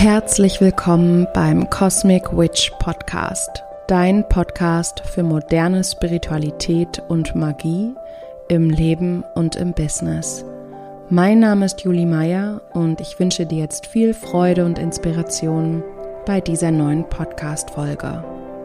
Herzlich willkommen beim Cosmic Witch Podcast, dein Podcast für moderne Spiritualität und Magie im Leben und im Business. Mein Name ist Julie Meyer und ich wünsche dir jetzt viel Freude und Inspiration bei dieser neuen Podcast-Folge.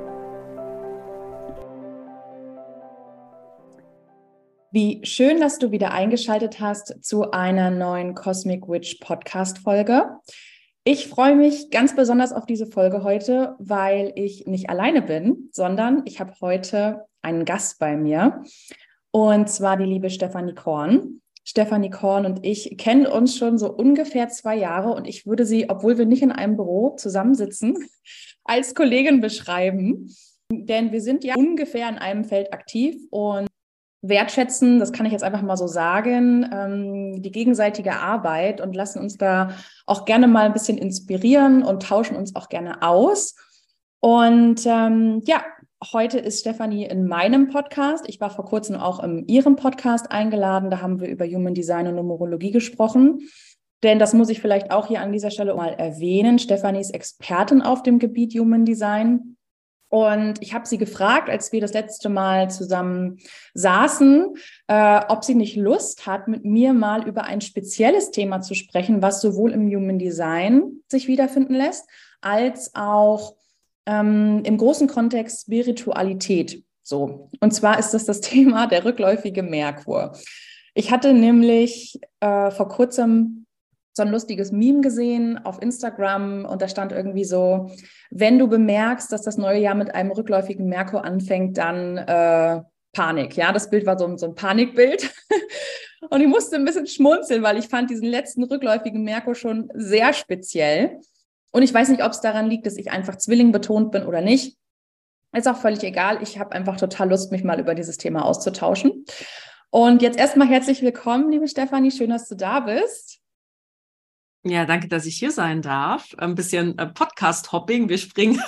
Wie schön, dass du wieder eingeschaltet hast zu einer neuen Cosmic Witch Podcast-Folge. Ich freue mich ganz besonders auf diese Folge heute, weil ich nicht alleine bin, sondern ich habe heute einen Gast bei mir, und zwar die liebe Stefanie Korn. Stefanie Korn und ich kennen uns schon so ungefähr 2 Jahre und ich würde sie, obwohl wir nicht in einem Büro zusammensitzen, als Kollegin beschreiben, denn wir sind ja ungefähr in einem Feld aktiv und wertschätzen, das kann ich jetzt einfach mal so sagen, die gegenseitige Arbeit und lassen uns da auch gerne mal ein bisschen inspirieren und tauschen uns auch gerne aus. Und heute ist Stefanie in meinem Podcast. Ich war vor kurzem auch in ihrem Podcast eingeladen. Da haben wir über Human Design und Numerologie gesprochen. Denn das muss ich vielleicht auch hier an dieser Stelle mal erwähnen. Stefanie ist Expertin auf dem Gebiet Human Design. Und ich habe sie gefragt, als wir das letzte Mal zusammen saßen, ob sie nicht Lust hat, mit mir mal über ein spezielles Thema zu sprechen, was sowohl im Human Design sich wiederfinden lässt, als auch im großen Kontext Spiritualität. So. Und zwar ist das Thema der rückläufige Merkur. Ich hatte nämlich vor kurzem so ein lustiges Meme gesehen auf Instagram und da stand irgendwie so: Wenn du bemerkst, dass das neue Jahr mit einem rückläufigen Merkur anfängt, dann Panik. Ja, das Bild war so ein Panikbild und ich musste ein bisschen schmunzeln, weil ich fand diesen letzten rückläufigen Merkur schon sehr speziell und ich weiß nicht, ob es daran liegt, dass ich einfach Zwilling betont bin oder nicht. Ist auch völlig egal. Ich habe einfach total Lust, mich mal über dieses Thema auszutauschen. Und jetzt erstmal herzlich willkommen, liebe Stefanie. Schön, dass du da bist. Ja, danke, dass ich hier sein darf. Ein bisschen Podcast-Hopping. Wir springen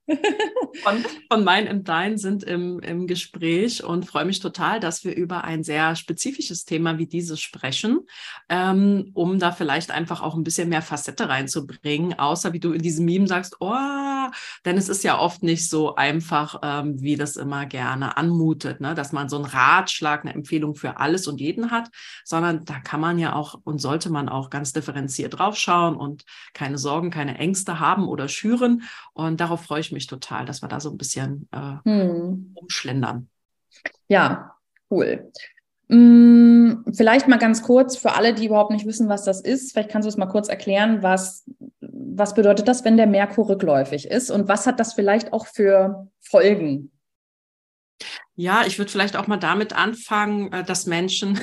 von mein und dein sind im Gespräch und freue mich total, dass wir über ein sehr spezifisches Thema wie dieses sprechen, um da vielleicht einfach auch ein bisschen mehr Facette reinzubringen, außer wie du in diesem Meme sagst, oh, denn es ist ja oft nicht so einfach, wie das immer gerne anmutet, ne? Dass man so einen Ratschlag, eine Empfehlung für alles und jeden hat, sondern da kann man ja auch und sollte man auch ganz differenziert draufschauen und keine Sorgen, keine Ängste haben oder schüren. Und darauf freue ich mich total, dass wir da so ein bisschen umschlendern. Ja, cool. Vielleicht mal ganz kurz für alle, die überhaupt nicht wissen, was das ist. Vielleicht kannst du es mal kurz erklären, was bedeutet das, wenn der Merkur rückläufig ist und was hat das vielleicht auch für Folgen? Ja, ich würde vielleicht auch mal damit anfangen, dass Menschen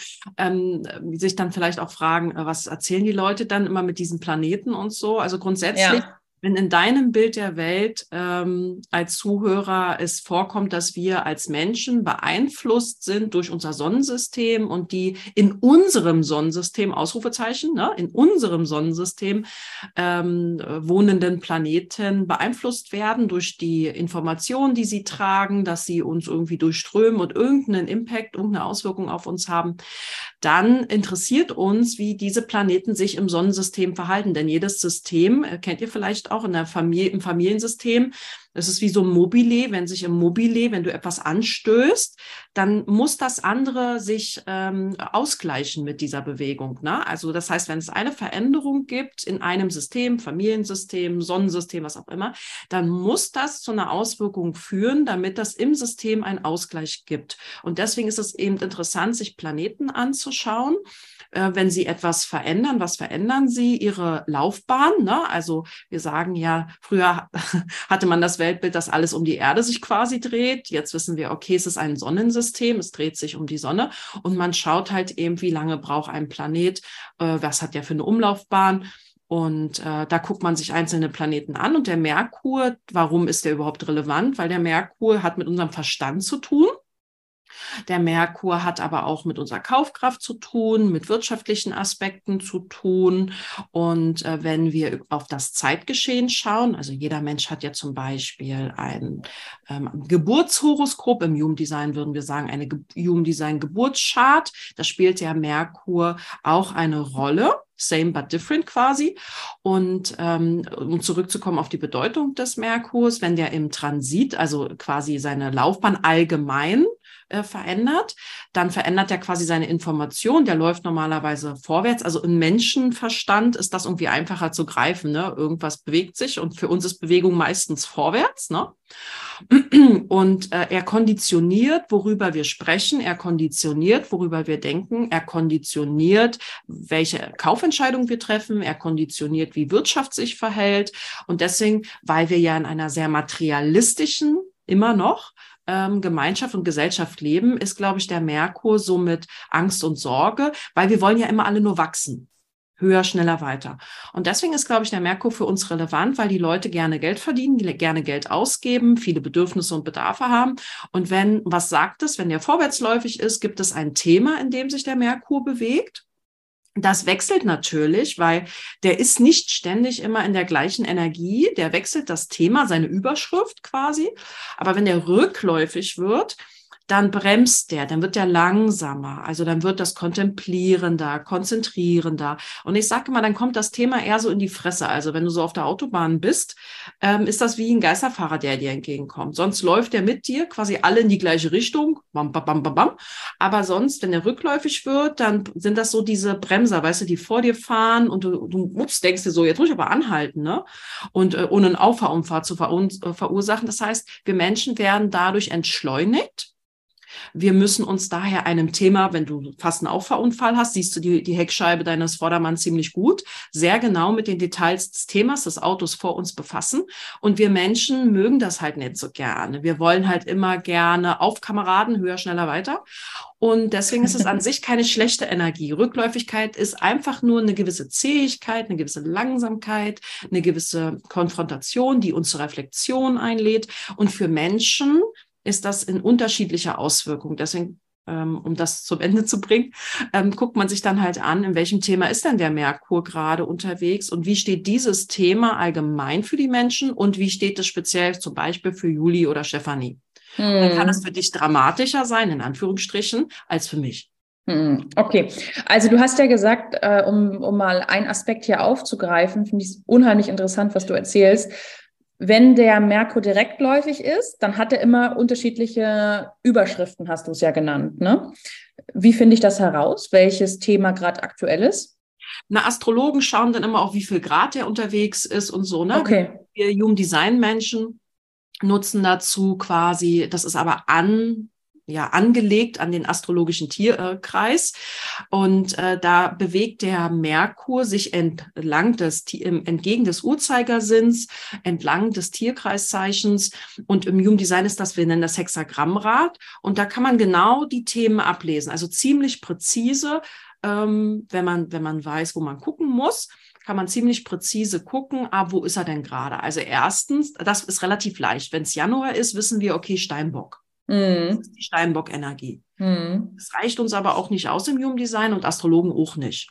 sich dann vielleicht auch fragen, was erzählen die Leute dann immer mit diesen Planeten und so. Also grundsätzlich, wenn in deinem Bild der Welt als Zuhörer es vorkommt, dass wir als Menschen beeinflusst sind durch unser Sonnensystem und die in unserem Sonnensystem, Ausrufezeichen, ne, in unserem Sonnensystem wohnenden Planeten beeinflusst werden durch die Informationen, die sie tragen, dass sie uns irgendwie durchströmen und irgendeinen Impact, irgendeine Auswirkung auf uns haben, dann interessiert uns, wie diese Planeten sich im Sonnensystem verhalten. Denn jedes System, kennt ihr vielleicht auch in der Familie, im Familiensystem, das ist wie so ein Mobile, wenn du etwas anstößt, dann muss das andere sich ausgleichen mit dieser Bewegung, ne? Also das heißt, wenn es eine Veränderung gibt in einem System, Familiensystem, Sonnensystem, was auch immer, dann muss das zu einer Auswirkung führen, damit das im System einen Ausgleich gibt. Und deswegen ist es eben interessant, sich Planeten anzuschauen, wenn sie etwas verändern. Was verändern sie? Ihre Laufbahn, ne? Also wir sagen ja, früher hatte man das Weltbild, dass alles um die Erde sich quasi dreht. Jetzt wissen wir, okay, es ist ein Sonnensystem, es dreht sich um die Sonne und man schaut halt eben, wie lange braucht ein Planet, was hat der für eine Umlaufbahn. Und da guckt man sich einzelne Planeten an und der Merkur, warum ist der überhaupt relevant? Weil der Merkur hat mit unserem Verstand zu tun. Der Merkur hat aber auch mit unserer Kaufkraft zu tun, mit wirtschaftlichen Aspekten zu tun. Und wenn wir auf das Zeitgeschehen schauen, also jeder Mensch hat ja zum Beispiel ein Geburtshoroskop, im Human Design würden wir sagen, Human Design Geburtschart. Da spielt der Merkur auch eine Rolle. same but different quasi. Und um zurückzukommen auf die Bedeutung des Merkurs, wenn der im Transit, also quasi seine Laufbahn allgemein verändert, dann verändert er quasi seine Information, der läuft normalerweise vorwärts, also im Menschenverstand ist das irgendwie einfacher zu greifen, ne? Irgendwas bewegt sich und für uns ist Bewegung meistens vorwärts, ne? Und er konditioniert, worüber wir sprechen, er konditioniert, worüber wir denken, er konditioniert, welche Kaufentscheidung wir treffen, er konditioniert, wie Wirtschaft sich verhält und deswegen, weil wir ja in einer sehr materialistischen, immer noch, Gemeinschaft und Gesellschaft leben, ist, glaube ich, der Merkur so mit Angst und Sorge, weil wir wollen ja immer alle nur wachsen. Höher, schneller, weiter. Und deswegen ist, glaube ich, der Merkur für uns relevant, weil die Leute gerne Geld verdienen, gerne Geld ausgeben, viele Bedürfnisse und Bedarfe haben. Und was sagt es, wenn der vorwärtsläufig ist, gibt es ein Thema, in dem sich der Merkur bewegt. Das wechselt natürlich, weil der ist nicht ständig immer in der gleichen Energie. Der wechselt das Thema, seine Überschrift quasi. Aber wenn der rückläufig wird, dann bremst der, dann wird der langsamer. Also dann wird das kontemplierender, konzentrierender. Und ich sage immer, dann kommt das Thema eher so in die Fresse. Also wenn du so auf der Autobahn bist, ist das wie ein Geisterfahrer, der dir entgegenkommt. Sonst läuft der mit dir quasi alle in die gleiche Richtung. Bam, bam, bam, bam, bam. Aber sonst, wenn der rückläufig wird, dann sind das so diese Bremser, weißt du, die vor dir fahren und du denkst dir so, jetzt muss ich aber anhalten, ne? Und ohne einen Auffahrunfall zu verursachen. Das heißt, wir Menschen werden dadurch entschleunigt. Wir müssen uns daher einem Thema, wenn du fast einen Auffahrunfall hast, siehst du die Heckscheibe deines Vordermanns ziemlich gut, sehr genau mit den Details des Themas des Autos vor uns befassen. Und wir Menschen mögen das halt nicht so gerne. Wir wollen halt immer gerne auf Kameraden, höher, schneller, weiter. Und deswegen ist es an sich keine schlechte Energie. Rückläufigkeit ist einfach nur eine gewisse Zähigkeit, eine gewisse Langsamkeit, eine gewisse Konfrontation, die uns zur Reflexion einlädt. Und für Menschen ist das in unterschiedlicher Auswirkung. Deswegen, um das zum Ende zu bringen, guckt man sich dann halt an, in welchem Thema ist denn der Merkur gerade unterwegs und wie steht dieses Thema allgemein für die Menschen und wie steht es speziell zum Beispiel für Juli oder Stefanie. Dann kann es für dich dramatischer sein, in Anführungsstrichen, als für mich. Okay, also du hast ja gesagt, um mal einen Aspekt hier aufzugreifen, finde ich es unheimlich interessant, was du erzählst. Wenn der Merkur direktläufig ist, dann hat er immer unterschiedliche Überschriften, hast du es ja genannt, ne? Wie finde ich das heraus, welches Thema gerade aktuell ist? Na, Astrologen schauen dann immer auch, wie viel Grad der unterwegs ist und so, ne? Okay. Wir Human Design Menschen nutzen dazu quasi, das ist aber angelegt an den astrologischen Tierkreis. Und da bewegt der Merkur sich entgegen des Uhrzeigersinns, entlang des Tierkreiszeichens. Und im Human Design ist das, wir nennen das Hexagrammrad. Und da kann man genau die Themen ablesen. Also ziemlich präzise, wenn man weiß, wo man gucken muss, kann man ziemlich präzise gucken, wo ist er denn gerade? Also erstens, das ist relativ leicht. Wenn es Januar ist, wissen wir, okay, Steinbock. Das ist die Steinbock-Energie. Das reicht uns aber auch nicht aus im Human Design und Astrologen auch nicht.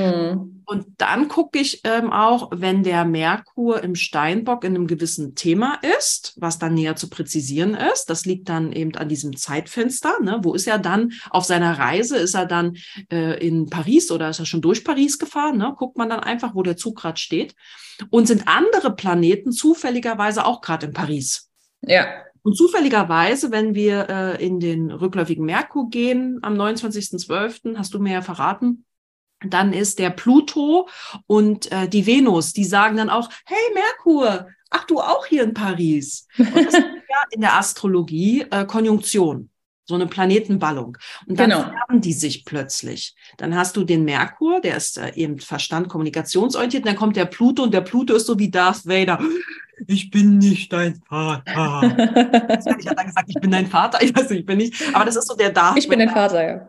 Und dann gucke ich auch, wenn der Merkur im Steinbock in einem gewissen Thema ist, was dann näher zu präzisieren ist, das liegt dann eben an diesem Zeitfenster, ne? Wo ist er dann auf seiner Reise? Ist er dann in Paris oder ist er schon durch Paris gefahren? Ne? Guckt man dann einfach, wo der Zug gerade steht. Und sind andere Planeten zufälligerweise auch gerade in Paris? Ja. Und zufälligerweise, wenn wir in den rückläufigen Merkur gehen, am 29.12., hast du mir ja verraten, dann ist der Pluto und die Venus, die sagen dann auch, hey Merkur, ach du auch hier in Paris. Und das ist ja in der Astrologie Konjunktion. So eine Planetenballung. Und dann färben die sich plötzlich. Dann hast du den Merkur, der ist eben Verstand, kommunikationsorientiert. Und dann kommt der Pluto und der Pluto ist so wie Darth Vader. Ich bin nicht dein Vater. Ich habe dann gesagt, ich bin dein Vater. Ich weiß nicht, ich bin nicht. Aber das ist so der Darth Vader. Ich bin dein Vater, ja.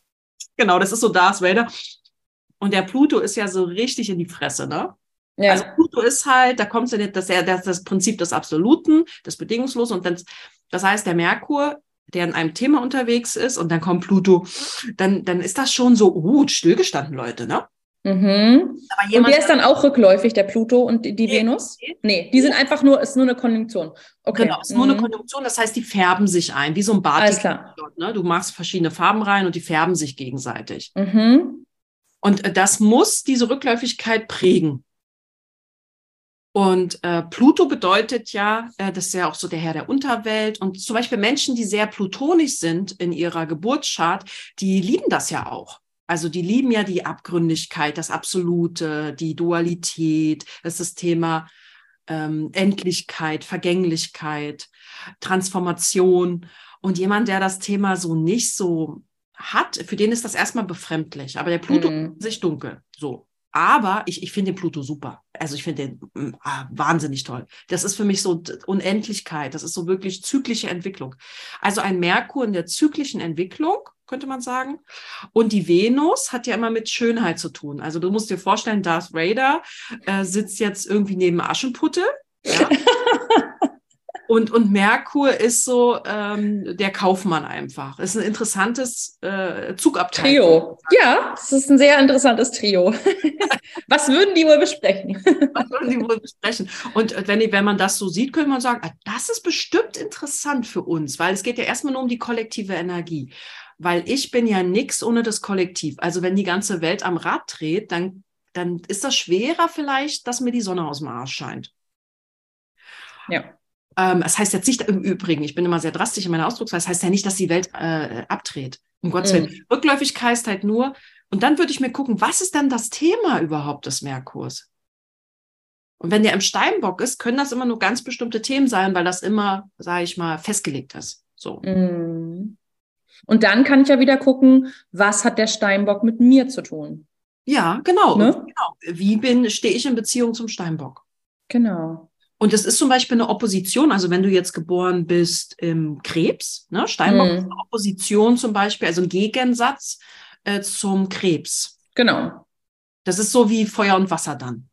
Genau, das ist so Darth Vader. Und der Pluto ist ja so richtig in die Fresse, ne? Ja. Also Pluto ist halt, da kommt ja das Prinzip des Absoluten, des Bedingungslosen. Und dann, das heißt, der Merkur, der in einem Thema unterwegs ist und dann kommt Pluto, dann ist das schon so, stillgestanden, Leute, ne? Mhm. Aber und der ist dann auch rückläufig, der Pluto und die Venus? Nee, die sind einfach nur, ist nur eine Konjunktion. Okay. Genau, ist nur eine Konjunktion, das heißt, die färben sich ein, wie so ein Batik. Alles klar. Ne? Du machst verschiedene Farben rein und die färben sich gegenseitig. Mhm. Und das muss diese Rückläufigkeit prägen. Und Pluto bedeutet ja, das ist ja auch so der Herr der Unterwelt. Und zum Beispiel Menschen, die sehr plutonisch sind in ihrer Geburtschart, die lieben das ja auch. Also die lieben ja die Abgründigkeit, das Absolute, die Dualität, das ist das Thema Endlichkeit, Vergänglichkeit, Transformation. Und jemand, der das Thema so nicht so hat, für den ist das erstmal befremdlich. Aber der Pluto ist sich dunkel, so. Aber ich finde den Pluto super. Also ich finde den wahnsinnig toll. Das ist für mich so Unendlichkeit. Das ist so wirklich zyklische Entwicklung. Also ein Merkur in der zyklischen Entwicklung, könnte man sagen. Und die Venus hat ja immer mit Schönheit zu tun. Also du musst dir vorstellen, Darth Vader sitzt jetzt irgendwie neben Aschenputtel. Ja? Und Merkur ist so der Kaufmann einfach. Ist ein interessantes Zugabteil. Trio. Ja, es ist ein sehr interessantes Trio. Was würden die wohl besprechen? Was würden die wohl besprechen? Und wenn man das so sieht, könnte man sagen, das ist bestimmt interessant für uns, weil es geht ja erstmal nur um die kollektive Energie. Weil ich bin ja nichts ohne das Kollektiv. Also wenn die ganze Welt am Rad dreht, dann ist das schwerer vielleicht, dass mir die Sonne aus dem Arsch scheint. Ja. Das heißt jetzt nicht, im Übrigen, ich bin immer sehr drastisch in meiner Ausdrucksweise, das heißt ja nicht, dass die Welt abdreht. Um Gottes Willen. Rückläufigkeit heißt halt nur, und dann würde ich mir gucken, was ist denn das Thema überhaupt des Merkurs? Und wenn der im Steinbock ist, können das immer nur ganz bestimmte Themen sein, weil das immer, sage ich mal, festgelegt ist. So. Und dann kann ich ja wieder gucken, was hat der Steinbock mit mir zu tun? Ja, genau. Ne? Genau. Wie stehe ich in Beziehung zum Steinbock? Genau. Und es ist zum Beispiel eine Opposition, also wenn du jetzt geboren bist im Krebs, ne, Steinbock ist eine Opposition zum Beispiel, also ein Gegensatz zum Krebs. Genau. Das ist so wie Feuer und Wasser dann.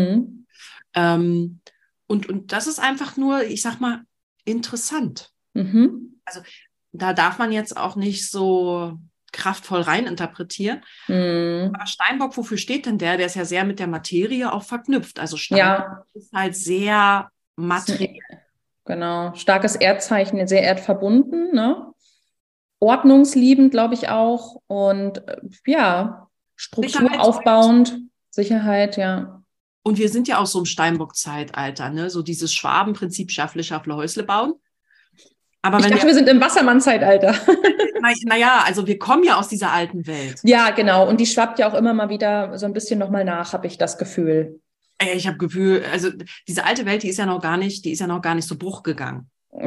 Und das ist einfach nur, ich sag mal, interessant. Also da darf man jetzt auch nicht so kraftvoll reininterpretieren. Aber Steinbock, wofür steht denn der? Der ist ja sehr mit der Materie auch verknüpft. Also Steinbock ist halt sehr materiell. Genau, starkes Erdzeichen, sehr erdverbunden, ne? Ordnungsliebend, glaube ich auch. Und ja, Struktur aufbauend, Sicherheit, ja. Und wir sind ja auch so im Steinbock-Zeitalter, ne? So dieses Schwabenprinzip, Schaffle, Schaffle, Häusle bauen. Aber ich dachte, wir sind im Wassermann-Zeitalter. Naja, also wir kommen ja aus dieser alten Welt. Ja, genau. Und die schwappt ja auch immer mal wieder so ein bisschen nochmal nach, habe ich das Gefühl. Ich habe Gefühl, also diese alte Welt, die ist ja noch gar nicht so Bruch gegangen.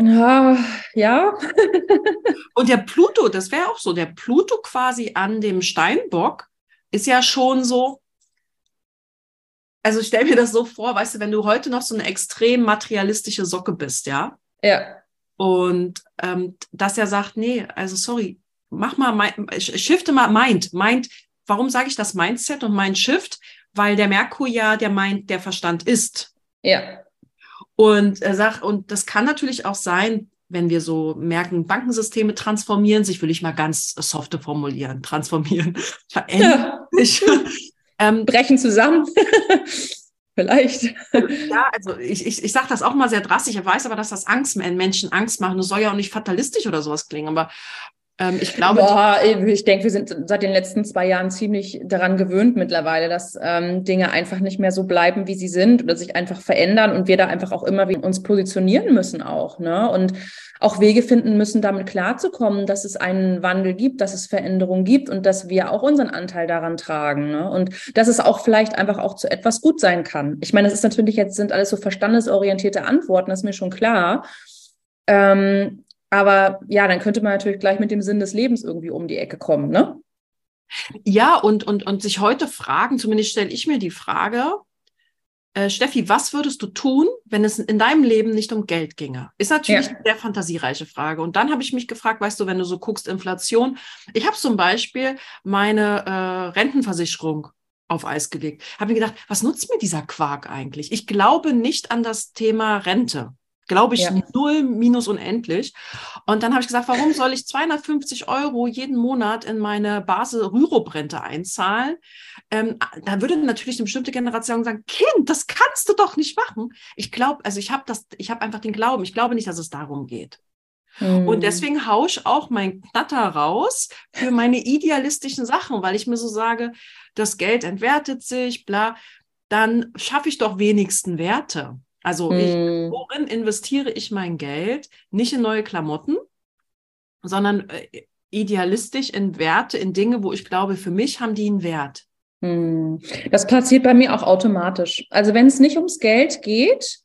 Ja. Und der Pluto, das wäre auch so, der Pluto quasi an dem Steinbock ist ja schon so, also stell mir das so vor, weißt du, wenn du heute noch so eine extrem materialistische Socke bist, ja? Ja. Und dass er sagt, nee, also sorry, mach mal, shifte mal Mind. Warum sage ich das Mindset und Mindshift? Weil der Merkur ja der Verstand ist. Ja. Und er sagt, und das kann natürlich auch sein, wenn wir so merken, Bankensysteme transformieren sich, will ich mal ganz softe formulieren, transformieren, verändern sich. Brechen zusammen. Vielleicht. Ja, also ich sage das auch mal sehr drastisch. Ich weiß aber, dass das Menschen Angst machen. Das soll ja auch nicht fatalistisch oder sowas klingen, aber ich glaube... ich denke, wir sind seit den letzten 2 Jahren ziemlich daran gewöhnt mittlerweile, dass Dinge einfach nicht mehr so bleiben, wie sie sind oder sich einfach verändern und wir da einfach auch immer wieder uns positionieren müssen auch, ne? Und auch Wege finden müssen, damit klarzukommen, dass es einen Wandel gibt, dass es Veränderungen gibt und dass wir auch unseren Anteil daran tragen, ne? Und dass es auch vielleicht einfach auch zu etwas gut sein kann. Ich meine, das ist natürlich sind alles so verstandesorientierte Antworten, das ist mir schon klar. Aber ja, dann könnte man natürlich gleich mit dem Sinn des Lebens irgendwie um die Ecke kommen, ne? Ja, und sich heute fragen, zumindest stelle ich mir die Frage, Steffi, was würdest du tun, wenn es in deinem Leben nicht um Geld ginge? Ist natürlich eine sehr fantasiereiche Frage. Und dann habe ich mich gefragt, weißt du, wenn du so guckst, Inflation, ich habe zum Beispiel meine Rentenversicherung auf Eis gelegt. Habe mir gedacht, was nutzt mir dieser Quark eigentlich? Ich glaube nicht an das Thema Rente. Glaube ich, 0 minus unendlich. Und dann habe ich gesagt, warum soll ich 250 € jeden Monat in meine Basel-Rürup-Rente einzahlen? Da würde natürlich eine bestimmte Generation sagen, Kind, das kannst du doch nicht machen. Ich glaube, also ich habe einfach den Glauben. Ich glaube nicht, dass es darum geht. Und deswegen haue ich auch meinen Knatter raus für meine idealistischen Sachen, weil ich mir so sage, das Geld entwertet sich, bla, dann schaffe ich doch wenigstens Werte. Also worin investiere ich mein Geld? Nicht in neue Klamotten, sondern idealistisch in Werte, in Dinge, wo ich glaube, für mich haben die einen Wert. Das passiert bei mir auch automatisch. Also wenn es nicht ums Geld geht,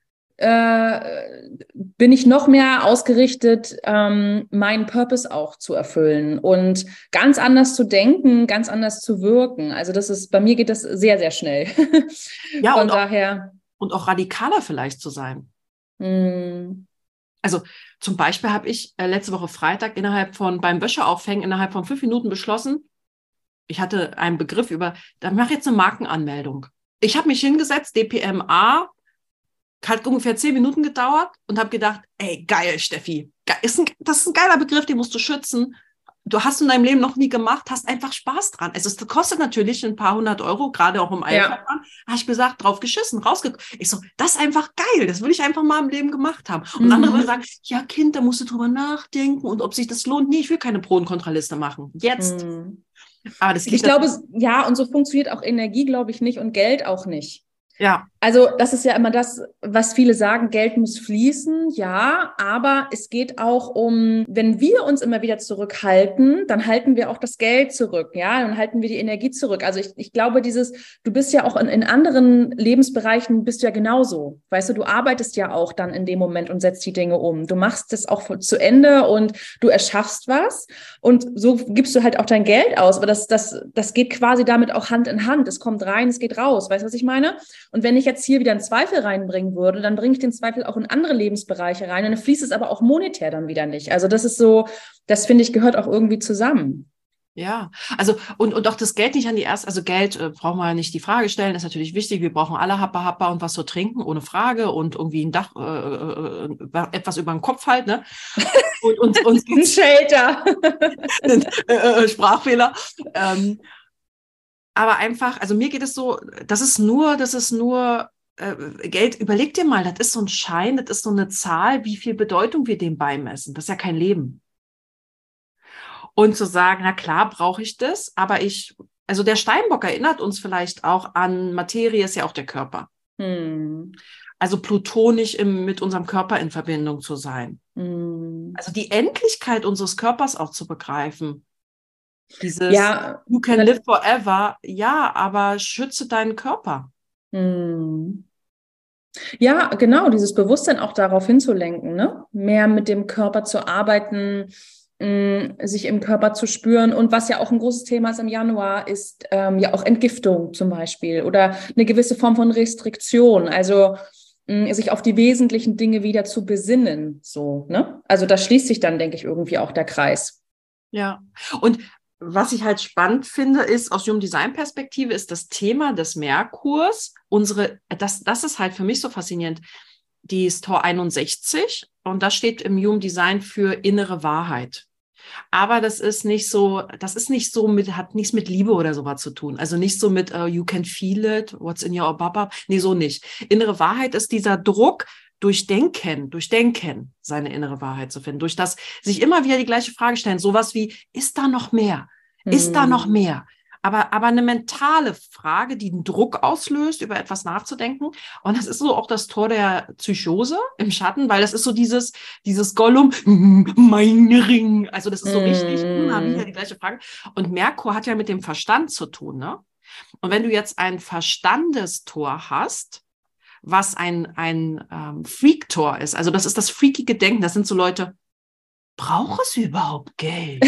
bin ich noch mehr ausgerichtet, meinen Purpose auch zu erfüllen und ganz anders zu denken, ganz anders zu wirken. Also bei mir geht das sehr, sehr schnell. Ja, Von daher. Und auch radikaler vielleicht zu sein. Also zum Beispiel habe ich letzte Woche Freitag beim Wäscheaufhängen innerhalb von 5 Minuten beschlossen, ich hatte einen Begriff dann mache ich jetzt eine Markenanmeldung. Ich habe mich hingesetzt, DPMA, hat ungefähr 10 Minuten gedauert und habe gedacht, ey, geil, Steffi, das ist ein geiler Begriff, den musst du schützen. Du hast in deinem Leben noch nie gemacht, hast einfach Spaß dran. Also es kostet natürlich ein paar 100 Euro, gerade auch im Eilverfahren. Habe ich gesagt, drauf geschissen, rausgeguckt. Ich so, das ist einfach geil, das will ich einfach mal im Leben gemacht haben. Und andere sagen, ja Kind, da musst du drüber nachdenken und ob sich das lohnt. Nee, ich will keine Pro- und Kontraliste machen. Jetzt. Aber ich glaube, ja, und so funktioniert auch Energie, glaube ich, nicht und Geld auch nicht. Ja. Also das ist ja immer das, was viele sagen, Geld muss fließen, ja, aber es geht auch um, wenn wir uns immer wieder zurückhalten, dann halten wir auch das Geld zurück, ja, dann halten wir die Energie zurück. Also ich glaube, du bist ja auch in anderen Lebensbereichen bist du ja genauso, weißt du arbeitest ja auch dann in dem Moment und setzt die Dinge um. Du machst das auch zu Ende und du erschaffst was und so gibst du halt auch dein Geld aus, aber das geht quasi damit auch Hand in Hand. Es kommt rein, es geht raus, weißt du, was ich meine? Und wenn ich jetzt hier wieder einen Zweifel reinbringen würde, dann bringe ich den Zweifel auch in andere Lebensbereiche rein. Und dann fließt es aber auch monetär dann wieder nicht. Also das ist so, das finde ich, gehört auch irgendwie zusammen. Ja, also und auch das Geld nicht also Geld brauchen wir nicht die Frage stellen, ist natürlich wichtig. Wir brauchen alle Happa und was zu trinken, ohne Frage und irgendwie ein Dach, etwas über den Kopf halt, ne? Und uns ein Shelter. Sprachfehler. Aber einfach, also mir geht es so, das ist nur Geld. Überleg dir mal, das ist so ein Schein, das ist so eine Zahl, wie viel Bedeutung wir dem beimessen. Das ist ja kein Leben. Und zu sagen, na klar, brauche ich das, aber also der Steinbock erinnert uns vielleicht auch an Materie, ist ja auch der Körper. Also plutonisch mit unserem Körper in Verbindung zu sein. Also die Endlichkeit unseres Körpers auch zu begreifen. Dieses You can live forever, ja, aber schütze deinen Körper. Ja, genau, dieses Bewusstsein auch darauf hinzulenken, ne? Mehr mit dem Körper zu arbeiten, sich im Körper zu spüren. Und was ja auch ein großes Thema ist im Januar, ist ja auch Entgiftung zum Beispiel oder eine gewisse Form von Restriktion. Also sich auf die wesentlichen Dinge wieder zu besinnen. So, ne? Also da schließt sich dann, denke ich, irgendwie auch der Kreis. Ja, und was ich halt spannend finde, ist aus Human Design Perspektive, ist das Thema des Merkurs. Das ist halt für mich so faszinierend. Die ist Tor 61 und das steht im Human Design für innere Wahrheit. Aber hat nichts mit Liebe oder sowas zu tun. Also nicht so mit you can feel it, what's in your baba. Nee, so nicht. Innere Wahrheit ist dieser Druck, durch Denken, seine innere Wahrheit zu finden. Durch das sich immer wieder die gleiche Frage stellen. Sowas wie, ist da noch mehr? Ist da noch mehr? Aber eine mentale Frage, die einen Druck auslöst, über etwas nachzudenken. Und das ist so auch das Tor der Psychose im Schatten, weil das ist so dieses Gollum, mein Ring. Also das ist so richtig, immer wieder die gleiche Frage. Und Merkur hat ja mit dem Verstand zu tun, ne? Und wenn du jetzt ein Verstandestor hast, was ein Freak-Tor ist, also das ist das freakige Denken, das sind so Leute, braucht es überhaupt Geld?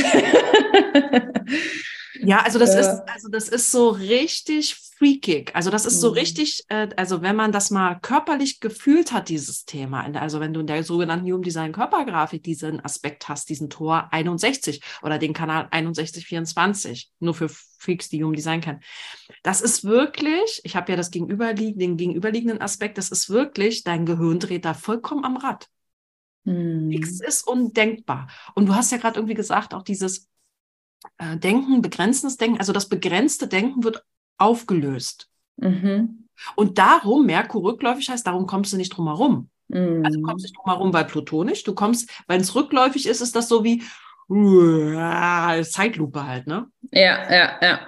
Ja, also das ist so richtig freakig. Also das ist so richtig, also wenn man das mal körperlich gefühlt hat, dieses Thema, also wenn du in der sogenannten Human Design Körpergrafik diesen Aspekt hast, diesen Tor 61 oder den Kanal 6124, nur für Freaks, die Human Design kennen. Das ist wirklich, ich habe ja den gegenüberliegenden Aspekt, das ist wirklich, dein Gehirn dreht da vollkommen am Rad. Nichts ist undenkbar. Und du hast ja gerade irgendwie gesagt, auch dieses Denken, begrenztes Denken, also das begrenzte Denken wird aufgelöst. Und darum, Merkur rückläufig heißt, darum kommst du nicht drum herum. Also du kommst nicht drum herum, weil plutonisch. Du kommst, wenn es rückläufig ist, ist das so wie Zeitlupe halt, ne? Ja, ja, ja.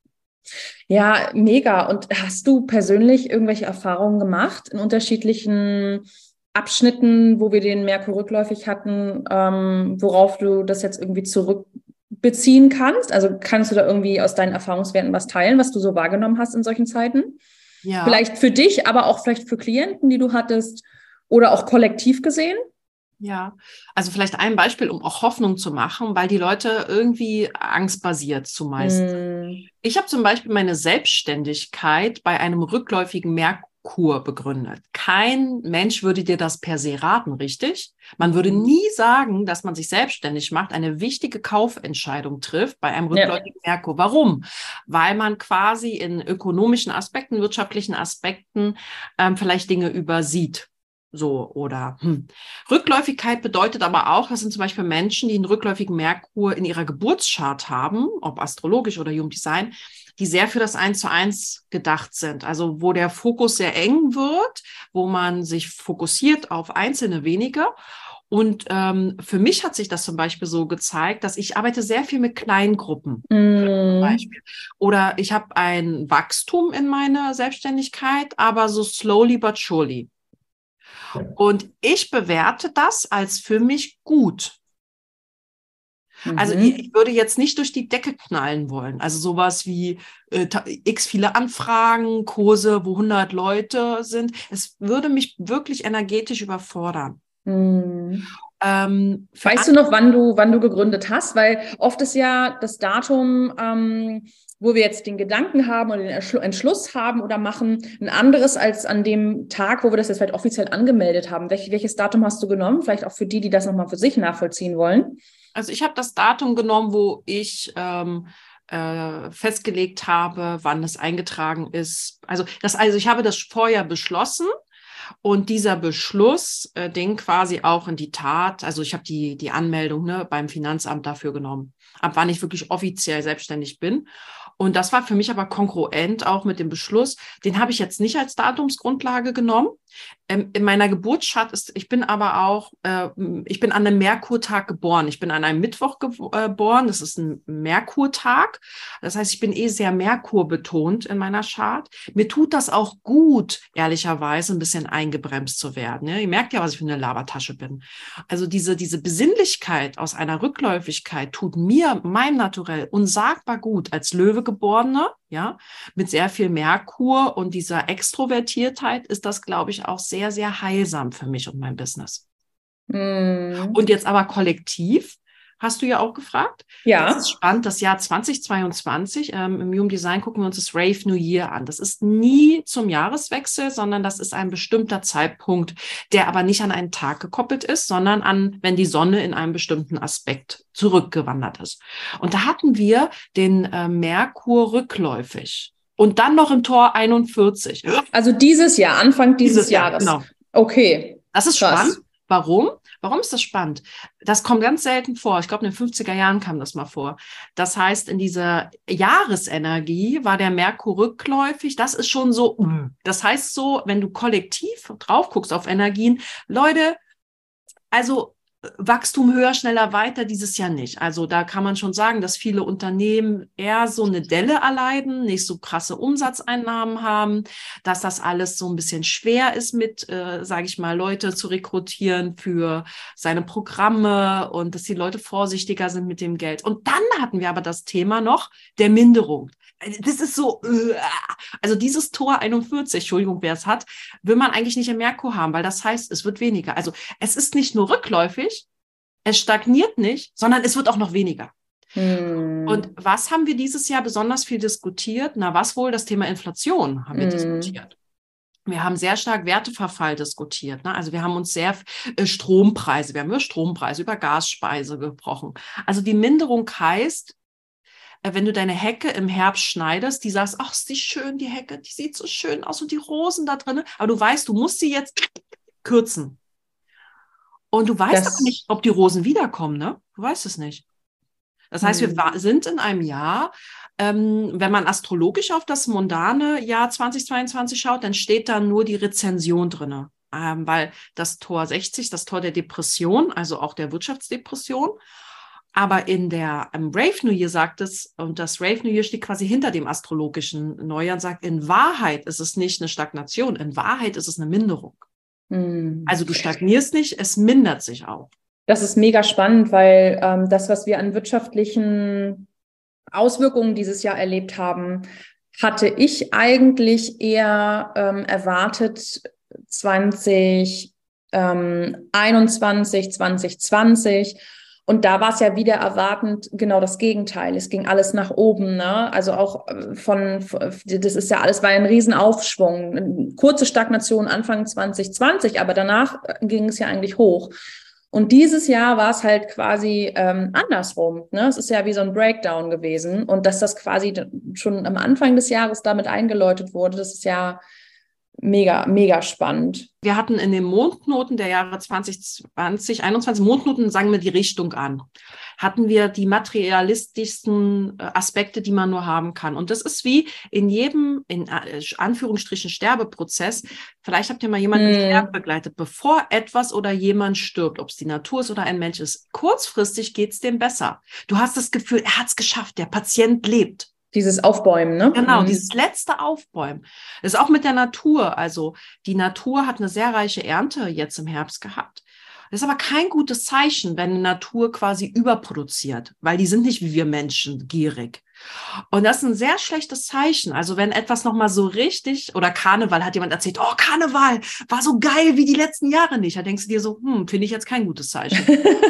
Ja, mega. Und hast du persönlich irgendwelche Erfahrungen gemacht in unterschiedlichen Abschnitten, wo wir den Merkur rückläufig hatten, worauf du das jetzt irgendwie zurückbeziehen kannst? Also kannst du da irgendwie aus deinen Erfahrungswerten was teilen, was du so wahrgenommen hast in solchen Zeiten? Ja. Vielleicht für dich, aber auch vielleicht für Klienten, die du hattest oder auch kollektiv gesehen? Ja, also vielleicht ein Beispiel, um auch Hoffnung zu machen, weil die Leute irgendwie angstbasiert zumeist. Ich habe zum Beispiel meine Selbstständigkeit bei einem rückläufigen Merkur begründet. Kein Mensch würde dir das per se raten, richtig? Man würde nie sagen, dass man sich selbstständig macht, eine wichtige Kaufentscheidung trifft bei einem rückläufigen Merkur. Warum? Weil man quasi in ökonomischen Aspekten, wirtschaftlichen Aspekten vielleicht Dinge übersieht. So, oder Rückläufigkeit bedeutet aber auch, das sind zum Beispiel Menschen, die einen rückläufigen Merkur in ihrer Geburtschart haben, ob astrologisch oder Human Design, die sehr für das 1:1 gedacht sind. Also wo der Fokus sehr eng wird, wo man sich fokussiert auf einzelne wenige. Und für mich hat sich das zum Beispiel so gezeigt, dass ich arbeite sehr viel mit Kleingruppen. Zum Beispiel. Oder ich habe ein Wachstum in meiner Selbstständigkeit, aber so slowly but surely. Und ich bewerte das als für mich gut. Also ich würde jetzt nicht durch die Decke knallen wollen. Also sowas wie x viele Anfragen, Kurse, wo 100 Leute sind. Es würde mich wirklich energetisch überfordern. Weißt du noch, wann du gegründet hast? Weil oft ist ja das Datum, wo wir jetzt den Gedanken haben oder den Entschluss haben oder machen, ein anderes als an dem Tag, wo wir das jetzt vielleicht offiziell angemeldet haben. Welches Datum hast du genommen? Vielleicht auch für die, die das nochmal für sich nachvollziehen wollen. Also ich habe das Datum genommen, wo ich festgelegt habe, wann es eingetragen ist. Also ich habe das vorher beschlossen. Und dieser Beschluss, den quasi auch in die Tat, also ich habe die Anmeldung beim Finanzamt dafür genommen, ab wann ich wirklich offiziell selbstständig bin. Und das war für mich aber kongruent auch mit dem Beschluss. Den habe ich jetzt nicht als Datumsgrundlage genommen. In meiner Geburtschart ich bin aber auch, ich bin an einem Merkurtag geboren. Ich bin an einem Mittwoch geboren. Das ist ein Merkurtag. Das heißt, ich bin sehr Merkur betont in meiner Chart. Mir tut das auch gut, ehrlicherweise, ein bisschen eingebremst zu werden. Ja? Ihr merkt ja, was ich für eine Labertasche bin. Also diese Besinnlichkeit aus einer Rückläufigkeit tut mir, meinem Naturell, unsagbar gut als Löwegeborene, ja, mit sehr viel Merkur und dieser Extrovertiertheit ist das, glaube ich, auch sehr, sehr heilsam für mich und mein Business. Und jetzt aber kollektiv, hast du ja auch gefragt. Ja. Das ist spannend, das Jahr 2022. Im Human Design gucken wir uns das Rave New Year an. Das ist nie zum Jahreswechsel, sondern das ist ein bestimmter Zeitpunkt, der aber nicht an einen Tag gekoppelt ist, sondern an, wenn die Sonne in einem bestimmten Aspekt zurückgewandert ist. Und da hatten wir den Merkur rückläufig. Und dann noch im Tor 41. Also dieses Jahr, Anfang dieses Jahres. Genau. Okay. Das ist spannend. Warum? Warum ist das spannend? Das kommt ganz selten vor. Ich glaube, in den 50er Jahren kam das mal vor. Das heißt, in dieser Jahresenergie war der Merkur rückläufig. Das ist schon so, das heißt so, wenn du kollektiv drauf guckst auf Energien, Leute, also Wachstum höher, schneller, weiter dieses Jahr nicht. Also da kann man schon sagen, dass viele Unternehmen eher so eine Delle erleiden, nicht so krasse Umsatzeinnahmen haben, dass das alles so ein bisschen schwer ist mit, sage ich mal, Leute zu rekrutieren für seine Programme und dass die Leute vorsichtiger sind mit dem Geld. Und dann hatten wir aber das Thema noch der Minderung. Das ist so, also dieses Tor 41, Entschuldigung, wer es hat, will man eigentlich nicht im Merkur haben, weil das heißt, es wird weniger. Also es ist nicht nur rückläufig, es stagniert nicht, sondern es wird auch noch weniger. Und was haben wir dieses Jahr besonders viel diskutiert? Na, was wohl? Das Thema Inflation haben wir diskutiert. Wir haben sehr stark Werteverfall diskutiert. Ne? Also wir haben uns sehr Strompreise, wir haben über Strompreise, über Gasspeise gesprochen. Also die Minderung heißt, wenn du deine Hecke im Herbst schneidest, die sagst, ach, ist die schön, die Hecke, die sieht so schön aus und die Rosen da drin. Aber du weißt, du musst sie jetzt kürzen. Und du weißt aber nicht, ob die Rosen wiederkommen, ne? Du weißt es nicht. Das heißt, wir sind in einem Jahr, wenn man astrologisch auf das mundane Jahr 2022 schaut, dann steht da nur die Rezension drin. weil das Tor 60, das Tor der Depression, also auch der Wirtschaftsdepression. Aber im Rave New Year sagt es, und das Rave New Year steht quasi hinter dem astrologischen Neujahr und sagt, in Wahrheit ist es nicht eine Stagnation, in Wahrheit ist es eine Minderung. Also du stagnierst nicht, es mindert sich auch. Das ist mega spannend, weil das, was wir an wirtschaftlichen Auswirkungen dieses Jahr erlebt haben, hatte ich eigentlich eher erwartet 2021, 2020. Und da war es ja wieder erwartend genau das Gegenteil. Es ging alles nach oben, ne? Also auch das ist ja alles, war ein Riesenaufschwung. Eine kurze Stagnation Anfang 2020, aber danach ging es ja eigentlich hoch. Und dieses Jahr war es halt quasi andersrum, ne? Es ist ja wie so ein Breakdown gewesen. Und dass das quasi schon am Anfang des Jahres damit eingeläutet wurde, das ist ja mega, mega spannend. Wir hatten in den Mondnoten der Jahre 2020, 2021, Mondnoten sagen wir die Richtung an, hatten wir die materialistischsten Aspekte, die man nur haben kann. Und das ist wie in jedem, in Anführungsstrichen, Sterbeprozess. Vielleicht habt ihr mal jemanden im Sterben begleitet, bevor etwas oder jemand stirbt, ob es die Natur ist oder ein Mensch ist. Kurzfristig geht es dem besser. Du hast das Gefühl, er hat es geschafft, der Patient lebt. Dieses Aufbäumen, ne? Genau, dieses letzte Aufbäumen. Das ist auch mit der Natur. Also die Natur hat eine sehr reiche Ernte jetzt im Herbst gehabt. Das ist aber kein gutes Zeichen, wenn eine Natur quasi überproduziert, weil die sind nicht wie wir Menschen gierig. Und das ist ein sehr schlechtes Zeichen. Also wenn etwas nochmal so richtig, oder Karneval, hat jemand erzählt, oh, Karneval war so geil wie die letzten Jahre nicht. Da denkst du dir so, finde ich jetzt kein gutes Zeichen.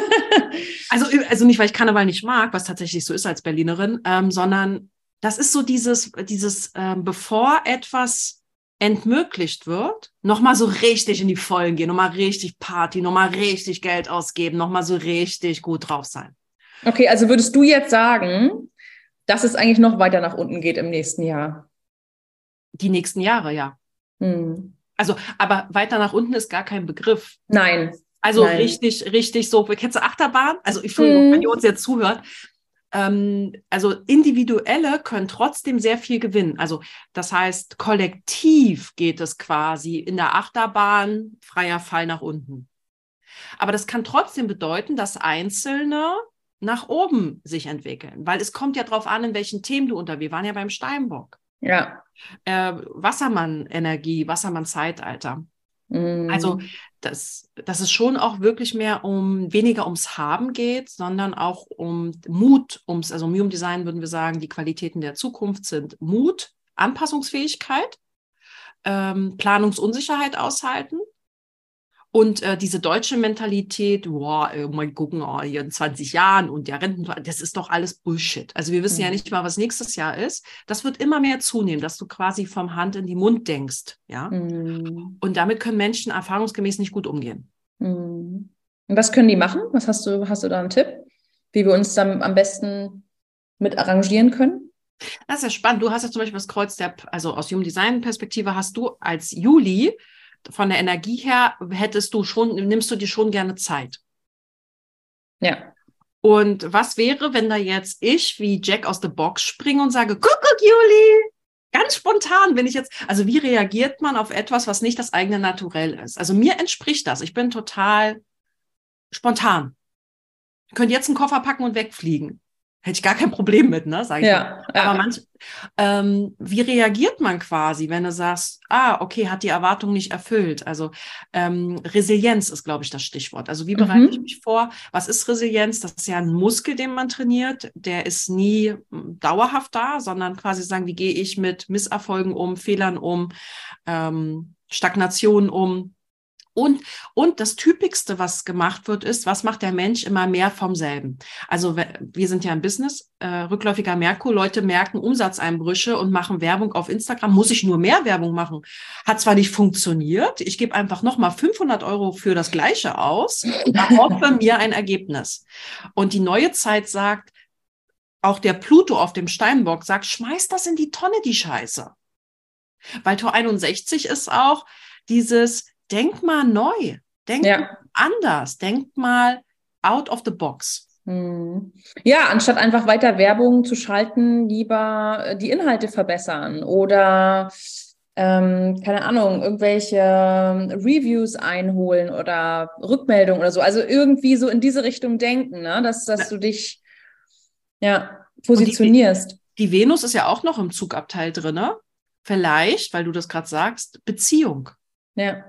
also nicht, weil ich Karneval nicht mag, was tatsächlich so ist als Berlinerin, sondern das ist so dieses bevor etwas entmöglicht wird, nochmal so richtig in die Vollen gehen, nochmal richtig Party, nochmal richtig Geld ausgeben, nochmal so richtig gut drauf sein. Okay, also würdest du jetzt sagen, dass es eigentlich noch weiter nach unten geht im nächsten Jahr? Die nächsten Jahre, ja. Also, aber weiter nach unten ist gar kein Begriff. Nein. Also richtig so, kennst du Achterbahn? Also, Entschuldigung, wenn ihr uns jetzt zuhört, also Individuelle können trotzdem sehr viel gewinnen. Also das heißt, kollektiv geht es quasi in der Achterbahn freier Fall nach unten. Aber das kann trotzdem bedeuten, dass Einzelne nach oben sich entwickeln, weil es kommt ja darauf an, in welchen Themen du unterwegs. Wir waren ja beim Steinbock. Ja. Wassermann-Energie, Wassermann-Zeitalter. Also, dass es schon auch wirklich weniger ums Haben geht, sondern auch um Mut, also Muum Design würden wir sagen, die Qualitäten der Zukunft sind Mut, Anpassungsfähigkeit, Planungsunsicherheit aushalten und diese deutsche Mentalität, mal gucken, hier in 20 Jahren und der Renten, das ist doch alles Bullshit. Also wir wissen ja nicht mal, was nächstes Jahr ist. Das wird immer mehr zunehmen, dass du quasi vom Hand in die Mund denkst, ja. Und damit können Menschen erfahrungsgemäß nicht gut umgehen. Und was können die machen? Hast du da einen Tipp, wie wir uns dann am besten mit arrangieren können? Das ist ja spannend. Du hast ja zum Beispiel das Kreuz also aus Human Design Perspektive hast du als Juli von der Energie her nimmst du dir schon gerne Zeit. Ja. Und was wäre, wenn da jetzt ich wie Jack aus the Box springe und sage, Kuckuck, Juli, ganz spontan bin ich jetzt, also wie reagiert man auf etwas, was nicht das eigene Naturell ist? Also mir entspricht das. Ich bin total spontan. Ich könnte jetzt einen Koffer packen und wegfliegen. Hätte ich gar kein Problem mit, ne, sage ich mal. Aber wie reagiert man quasi, wenn du sagst, okay, hat die Erwartung nicht erfüllt? Also Resilienz ist, glaube ich, das Stichwort. Also wie bereite ich mich vor? Was ist Resilienz? Das ist ja ein Muskel, den man trainiert. Der ist nie dauerhaft da, sondern quasi sagen, wie gehe ich mit Misserfolgen um, Fehlern um, Stagnationen um? Und das Typischste, was gemacht wird, ist, was macht der Mensch immer mehr vom selben? Also wir sind ja im Business, rückläufiger Merkur, Leute merken Umsatzeinbrüche und machen Werbung auf Instagram. Muss ich nur mehr Werbung machen? Hat zwar nicht funktioniert, ich gebe einfach nochmal 500 € für das Gleiche aus, erhoffe mir ein Ergebnis. Und die neue Zeit sagt, auch der Pluto auf dem Steinbock sagt, schmeiß das in die Tonne, die Scheiße. Weil Tor 61 ist auch dieses, denk mal neu, denk mal anders, denk mal out of the box. Ja, anstatt einfach weiter Werbung zu schalten, lieber die Inhalte verbessern oder keine Ahnung, irgendwelche Reviews einholen oder Rückmeldungen oder so. Also irgendwie so in diese Richtung denken, ne? Dass du dich Und positionierst. die Venus ist ja auch noch im Zugabteil drin, ne? Vielleicht, weil du das gerade sagst, Beziehung. Ja.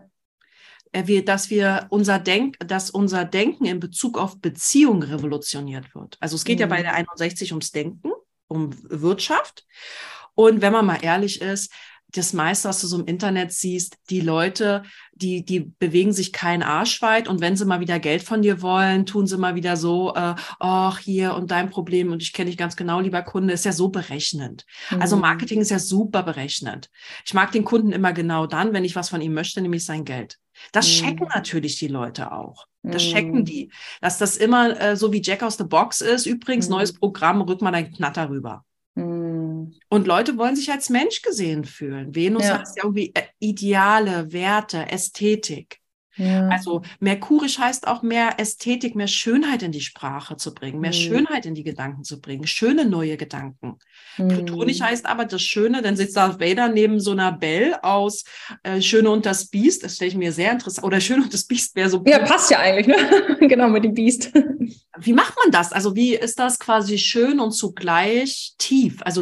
Dass unser Denken in Bezug auf Beziehung revolutioniert wird. Also es geht ja bei der 61 ums Denken, um Wirtschaft. Und wenn man mal ehrlich ist, das meiste, was du so im Internet siehst, die Leute, die bewegen sich keinen Arsch weit, und wenn sie mal wieder Geld von dir wollen, tun sie mal wieder so, ach, hier und dein Problem und ich kenne dich ganz genau, lieber Kunde, ist ja so berechnend. Also Marketing ist ja super berechnend. Ich mag den Kunden immer genau dann, wenn ich was von ihm möchte, nämlich sein Geld. Das checken natürlich die Leute auch. Das checken die. Dass das immer so wie Jack aus the Box ist. Übrigens, neues Programm, rück mal deinen Knatter rüber. Und Leute wollen sich als Mensch gesehen fühlen. Venus heißt ja irgendwie Ideale, Werte, Ästhetik. Ja. Also merkurisch heißt auch mehr Ästhetik, mehr Schönheit in die Sprache zu bringen, mehr Schönheit in die Gedanken zu bringen, schöne neue Gedanken. Plutonisch heißt aber das Schöne, dann sitzt Darth Vader neben so einer Belle aus Schöne und das Biest, das stelle ich mir sehr interessant, oder Schöne und das Biest wäre so... Ja, passt ja eigentlich, ne? Genau, mit dem Biest. Wie macht man das? Also wie ist das quasi schön und zugleich tief? Also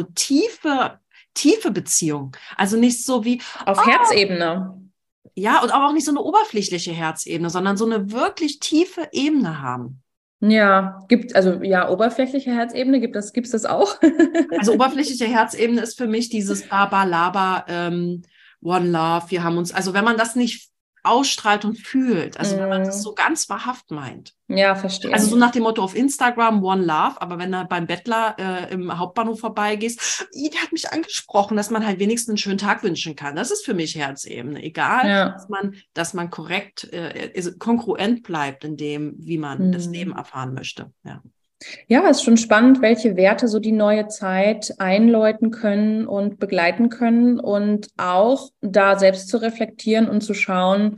tiefe Beziehung. Also nicht so wie... Auf Herzebene. Ja, und aber auch nicht so eine oberflächliche Herzebene, sondern so eine wirklich tiefe Ebene haben. Ja, oberflächliche Herzebene, gibt's das auch? Also oberflächliche Herzebene ist für mich dieses Baba Laba, One Love, wir haben uns, also wenn man das nicht ausstrahlt und fühlt, also wenn man das so ganz wahrhaft meint. Ja, verstehe. Also so nach dem Motto auf Instagram One Love, aber wenn du beim Bettler im Hauptbahnhof vorbeigehst, der hat mich angesprochen, dass man halt wenigstens einen schönen Tag wünschen kann. Das ist für mich Herzebene. Egal, dass man korrekt, kongruent bleibt in dem, wie man das Leben erfahren möchte. Ja. Ja, ist schon spannend, welche Werte so die neue Zeit einläuten können und begleiten können und auch da selbst zu reflektieren und zu schauen,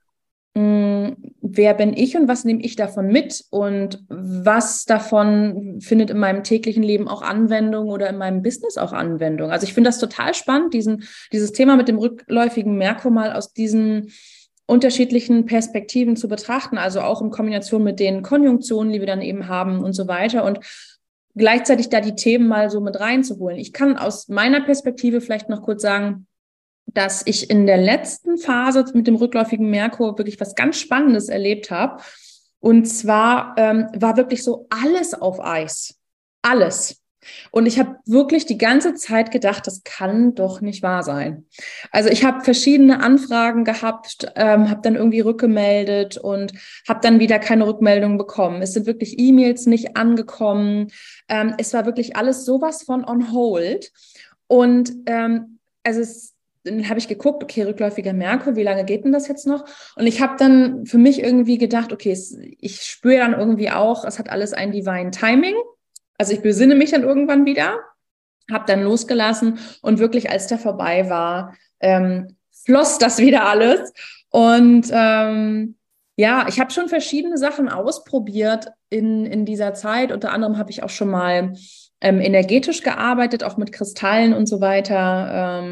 wer bin ich und was nehme ich davon mit und was davon findet in meinem täglichen Leben auch Anwendung oder in meinem Business auch Anwendung. Also ich finde das total spannend, dieses Thema mit dem rückläufigen Merkur mal aus diesen unterschiedlichen Perspektiven zu betrachten, also auch in Kombination mit den Konjunktionen, die wir dann eben haben und so weiter und gleichzeitig da die Themen mal so mit reinzuholen. Ich kann aus meiner Perspektive vielleicht noch kurz sagen, dass ich in der letzten Phase mit dem rückläufigen Merkur wirklich was ganz Spannendes erlebt habe. Und zwar war wirklich so alles auf Eis. Alles. Und ich habe wirklich die ganze Zeit gedacht, das kann doch nicht wahr sein. Also ich habe verschiedene Anfragen gehabt, habe dann irgendwie rückgemeldet und habe dann wieder keine Rückmeldung bekommen. Es sind wirklich E-Mails nicht angekommen. Es war wirklich alles sowas von on hold. Und dann habe ich geguckt, okay, rückläufiger Merkur, wie lange geht denn das jetzt noch? Und ich habe dann für mich irgendwie gedacht, okay, ich spüre dann irgendwie auch, es hat alles ein Divine Timing. Also ich besinne mich dann irgendwann wieder, habe dann losgelassen und wirklich, als der vorbei war, floss das wieder alles. Und ich habe schon verschiedene Sachen ausprobiert in dieser Zeit. Unter anderem habe ich auch schon mal energetisch gearbeitet, auch mit Kristallen und so weiter,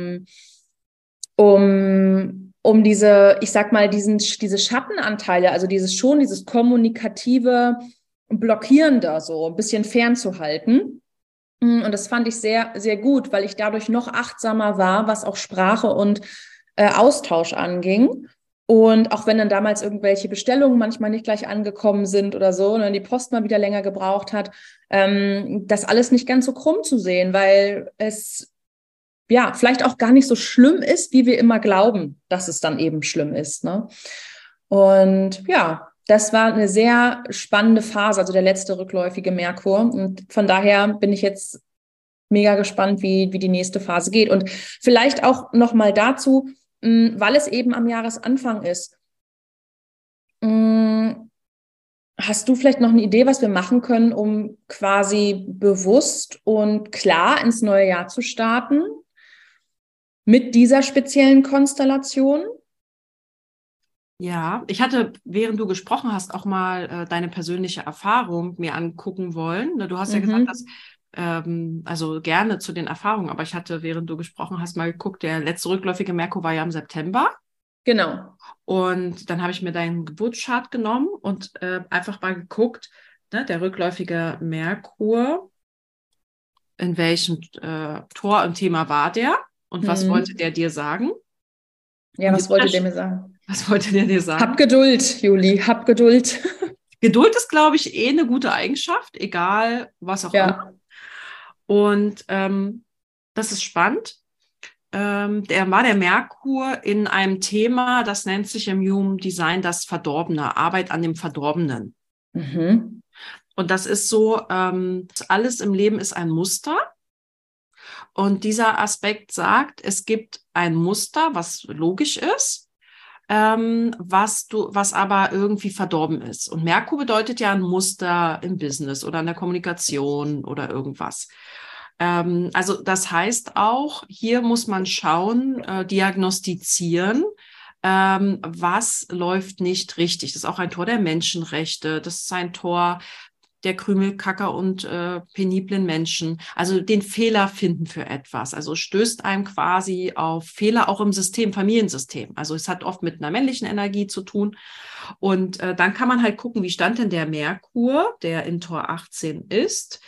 um diese, ich sag mal, diese Schattenanteile, also dieses kommunikative Blockierende so ein bisschen fernzuhalten. Und das fand ich sehr, sehr gut, weil ich dadurch noch achtsamer war, was auch Sprache und Austausch anging. Und auch wenn dann damals irgendwelche Bestellungen manchmal nicht gleich angekommen sind oder so, und dann die Post mal wieder länger gebraucht hat, das alles nicht ganz so krumm zu sehen, weil es ja vielleicht auch gar nicht so schlimm ist, wie wir immer glauben, dass es dann eben schlimm ist, ne? Und ja, das war eine sehr spannende Phase, also der letzte rückläufige Merkur. Und von daher bin ich jetzt mega gespannt, wie die nächste Phase geht. Und vielleicht auch noch mal dazu, weil es eben am Jahresanfang ist. Hast du vielleicht noch eine Idee, was wir machen können, um quasi bewusst und klar ins neue Jahr zu starten mit dieser speziellen Konstellation? Ja, ich hatte, während du gesprochen hast, auch mal deine persönliche Erfahrung mir angucken wollen. Du hast ja gesagt, dass also gerne zu den Erfahrungen, aber ich hatte, während du gesprochen hast, mal geguckt, der letzte rückläufige Merkur war ja im September. Genau. Und dann habe ich mir deinen Geburtschart genommen und einfach mal geguckt, ne, der rückläufige Merkur, in welchem Tor und Thema war der und was wollte der dir sagen? Ja, was wollte der mir sagen? Was wollte der dir sagen? Hab Geduld, Juli, hab Geduld. Geduld ist, glaube ich, eine gute Eigenschaft, egal was auch immer. Und das ist spannend. Der war der Merkur in einem Thema, das nennt sich im Human Design das Verdorbene, Arbeit an dem Verdorbenen. Mhm. Und das ist so, alles im Leben ist ein Muster. Und dieser Aspekt sagt, es gibt ein Muster, was logisch ist, was aber irgendwie verdorben ist. Und Merkur bedeutet ja ein Muster im Business oder in der Kommunikation oder irgendwas. Also das heißt auch, hier muss man schauen, diagnostizieren, was läuft nicht richtig. Das ist auch ein Tor der Menschenrechte, das ist ein Tor der Krümelkacker und peniblen Menschen, also den Fehler finden für etwas. Also stößt einem quasi auf Fehler auch im System, Familiensystem. Also es hat oft mit einer männlichen Energie zu tun. Und dann kann man halt gucken, wie stand denn der Merkur, der in Tor 18 ist,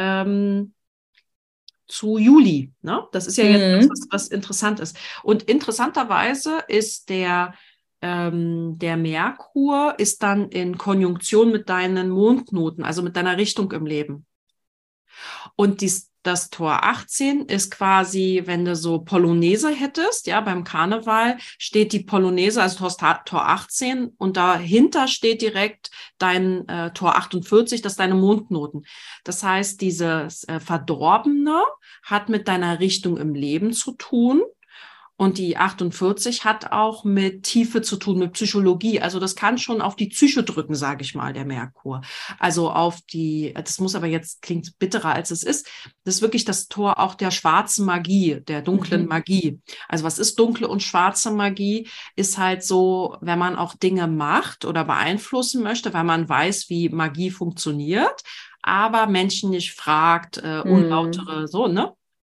zu Juli. Ne? Das ist ja jetzt was interessant ist. Und interessanterweise ist der Merkur ist dann in Konjunktion mit deinen Mondknoten, also mit deiner Richtung im Leben. Und das Tor 18 ist quasi, wenn du so Polonaise hättest, ja, beim Karneval steht die Polonaise, also Tor 18 und dahinter steht direkt dein Tor 48, das ist deine Mondknoten. Das heißt, dieses Verdorbene hat mit deiner Richtung im Leben zu tun. Und die 48 hat auch mit Tiefe zu tun, mit Psychologie. Also das kann schon auf die Psyche drücken, sage ich mal, der Merkur. Also auf die, das muss aber jetzt, klingt bitterer als es ist, das ist wirklich das Tor auch der schwarzen Magie, der dunklen Magie. Also was ist dunkle und schwarze Magie? Ist halt so, wenn man auch Dinge macht oder beeinflussen möchte, weil man weiß, wie Magie funktioniert, aber Menschen nicht fragt, unlautere, so, ne?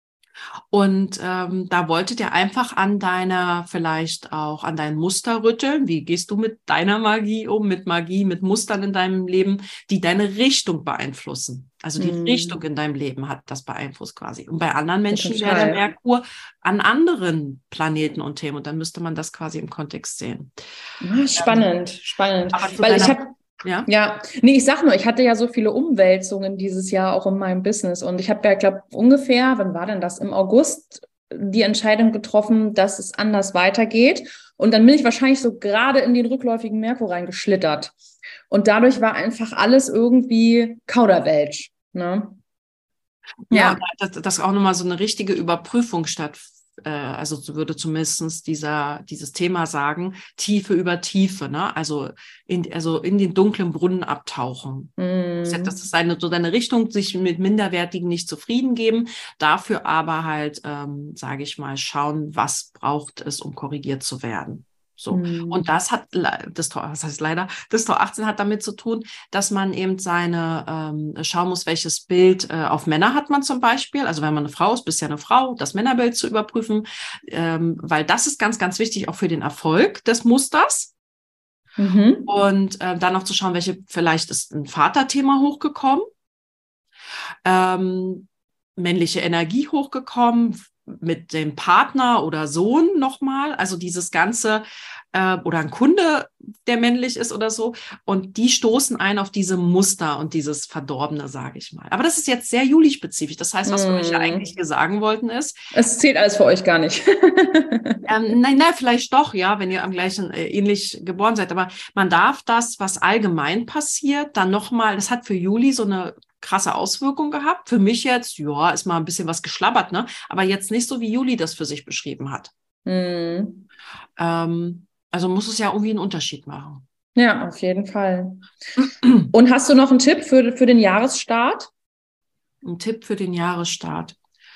Und da wolltet ihr einfach vielleicht auch an dein Muster rütteln. Wie gehst du mit deiner Magie um, mit Magie, mit Mustern in deinem Leben, die deine Richtung beeinflussen? Also die Richtung in deinem Leben hat das beeinflusst quasi. Und bei anderen Menschen wäre der Merkur an anderen Planeten und Themen. Und dann müsste man das quasi im Kontext sehen. Spannend, spannend. Weil ich habe nee, ich sag nur, ich hatte ja so viele Umwälzungen dieses Jahr auch in meinem Business und ich habe ja, glaube ungefähr, wann war denn das? Im August die Entscheidung getroffen, dass es anders weitergeht und dann bin ich wahrscheinlich so gerade in den rückläufigen Merkur reingeschlittert und dadurch war einfach alles irgendwie Kauderwelsch, ne? Ja, dass auch nochmal so eine richtige Überprüfung also würde zumindest dieses Thema sagen, Tiefe über Tiefe, ne? Also in den dunklen Brunnen abtauchen. Das ist deine Richtung, sich mit Minderwertigen nicht zufrieden geben, dafür aber halt, sage ich mal, schauen, was braucht es, um korrigiert zu werden. So. Und das Tor 18 hat damit zu tun, dass man eben schauen muss, welches Bild auf Männer hat man zum Beispiel. Also wenn man eine Frau ist, bist ja eine Frau, das Männerbild zu überprüfen, weil das ist ganz, ganz wichtig auch für den Erfolg des Musters. Und dann noch zu schauen, vielleicht ist ein Vaterthema hochgekommen, männliche Energie hochgekommen, mit dem Partner oder Sohn nochmal, also dieses Ganze, oder ein Kunde, der männlich ist oder so, und die stoßen ein auf diese Muster und dieses Verdorbene, sage ich mal. Aber das ist jetzt sehr Juli-spezifisch. Das heißt, was wir euch ja eigentlich hier sagen wollten ist... Es zählt alles für euch gar nicht. Nein, vielleicht doch, ja, wenn ihr am gleichen ähnlich geboren seid. Aber man darf das, was allgemein passiert, dann nochmal, das hat für Juli so eine krasse Auswirkung gehabt. Für mich jetzt, ja, ist mal ein bisschen was geschlabbert, ne? Aber jetzt nicht so, wie Juli das für sich beschrieben hat. Also muss es ja irgendwie einen Unterschied machen. Ja, auf jeden Fall. Und hast du noch einen Tipp für den Jahresstart? Ein Tipp für den Jahresstart.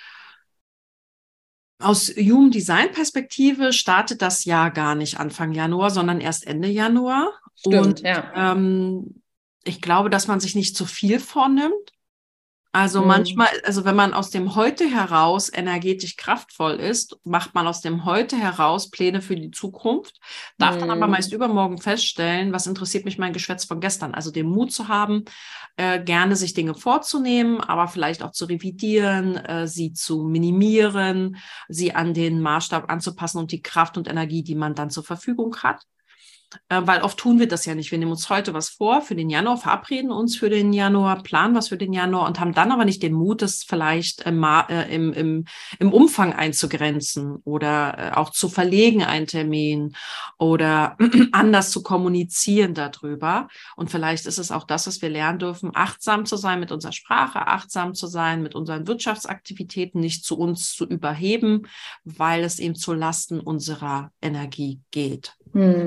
Aus Human Design Perspektive startet das Jahr gar nicht Anfang Januar, sondern erst Ende Januar. Stimmt, und ich glaube, dass man sich nicht zu viel vornimmt. Also manchmal, also wenn man aus dem Heute heraus energetisch kraftvoll ist, macht man aus dem Heute heraus Pläne für die Zukunft, darf dann aber meist übermorgen feststellen, was interessiert mich mein Geschwätz von gestern. Also den Mut zu haben, gerne sich Dinge vorzunehmen, aber vielleicht auch zu revidieren, sie zu minimieren, sie an den Maßstab anzupassen und die Kraft und Energie, die man dann zur Verfügung hat. Weil oft tun wir das ja nicht. Wir nehmen uns heute was vor für den Januar, verabreden uns für den Januar, planen was für den Januar und haben dann aber nicht den Mut, das vielleicht im Umfang einzugrenzen oder auch zu verlegen, einen Termin oder anders zu kommunizieren darüber. Und vielleicht ist es auch das, was wir lernen dürfen, achtsam zu sein mit unserer Sprache, achtsam zu sein mit unseren Wirtschaftsaktivitäten, nicht zu uns zu überheben, weil es eben zu Lasten unserer Energie geht.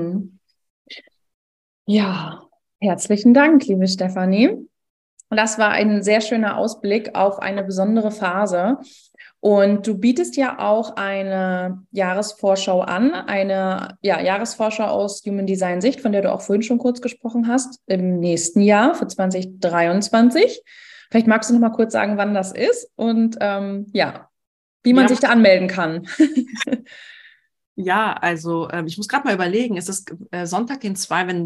Ja, herzlichen Dank, liebe Stefanie. Das war ein sehr schöner Ausblick auf eine besondere Phase. Und du bietest ja auch eine Jahresvorschau an, eine Jahresvorschau aus Human Design Sicht, von der du auch vorhin schon kurz gesprochen hast, im nächsten Jahr für 2023. Vielleicht magst du noch mal kurz sagen, wann das ist und wie man sich da anmelden kann. Ja, also ich muss gerade mal überlegen, es ist Sonntag, den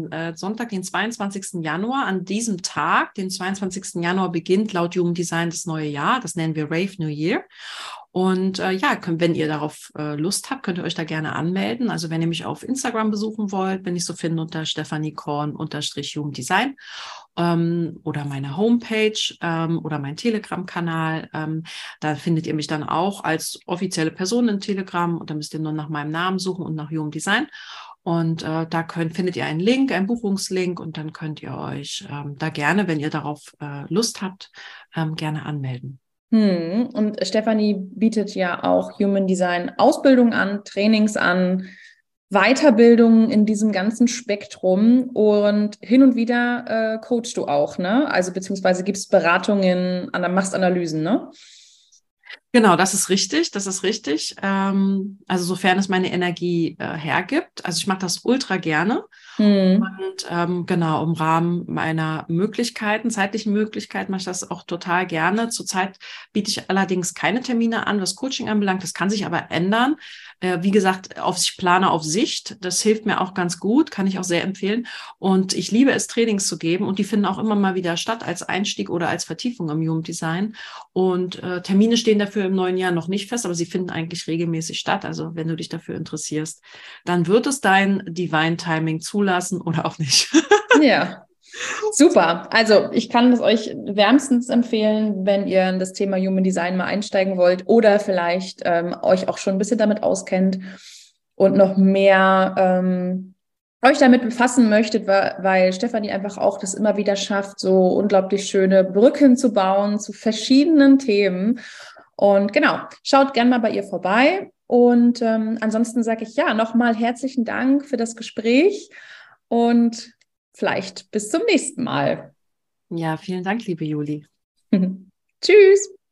22. Januar, an diesem Tag, den 22. Januar, beginnt laut Human Design das neue Jahr, das nennen wir Rave New Year. Und wenn ihr darauf Lust habt, könnt ihr euch da gerne anmelden. Also wenn ihr mich auf Instagram besuchen wollt, bin ich so finden unter Stephaniekorn_Human Design oder meine Homepage oder mein Telegram-Kanal. Da findet ihr mich dann auch als offizielle Person in Telegram und da müsst ihr nur nach meinem Namen suchen und nach Human Design. Und findet ihr einen Link, einen Buchungslink und dann könnt ihr euch da gerne, wenn ihr darauf Lust habt, gerne anmelden. Und Stefanie bietet ja auch Human Design Ausbildung an, Trainings an, Weiterbildungen in diesem ganzen Spektrum und hin und wieder coachst du auch, ne? Also beziehungsweise gibst Beratungen, machst Analysen, ne? Genau, das ist richtig, das ist richtig. Also sofern es meine Energie hergibt. Also ich mache das ultra gerne. Und genau, im Rahmen meiner Möglichkeiten, zeitlichen Möglichkeiten, mache ich das auch total gerne. Zurzeit biete ich allerdings keine Termine an, was Coaching anbelangt. Das kann sich aber ändern. Wie gesagt, ich plane auf Sicht. Das hilft mir auch ganz gut, kann ich auch sehr empfehlen. Und ich liebe es, Trainings zu geben. Und die finden auch immer mal wieder statt als Einstieg oder als Vertiefung im Human Design. Und Termine stehen dafür im neuen Jahr noch nicht fest, aber sie finden eigentlich regelmäßig statt. Also wenn du dich dafür interessierst, dann wird es dein Divine Timing zulassen oder auch nicht. Ja, super. Also ich kann es euch wärmstens empfehlen, wenn ihr in das Thema Human Design mal einsteigen wollt oder vielleicht euch auch schon ein bisschen damit auskennt und noch mehr euch damit befassen möchtet, weil Stefanie einfach auch das immer wieder schafft, so unglaublich schöne Brücken zu bauen zu verschiedenen Themen. Und genau, schaut gerne mal bei ihr vorbei. Und ansonsten sage ich nochmal herzlichen Dank für das Gespräch und vielleicht bis zum nächsten Mal. Ja, vielen Dank, liebe Juli. Tschüss.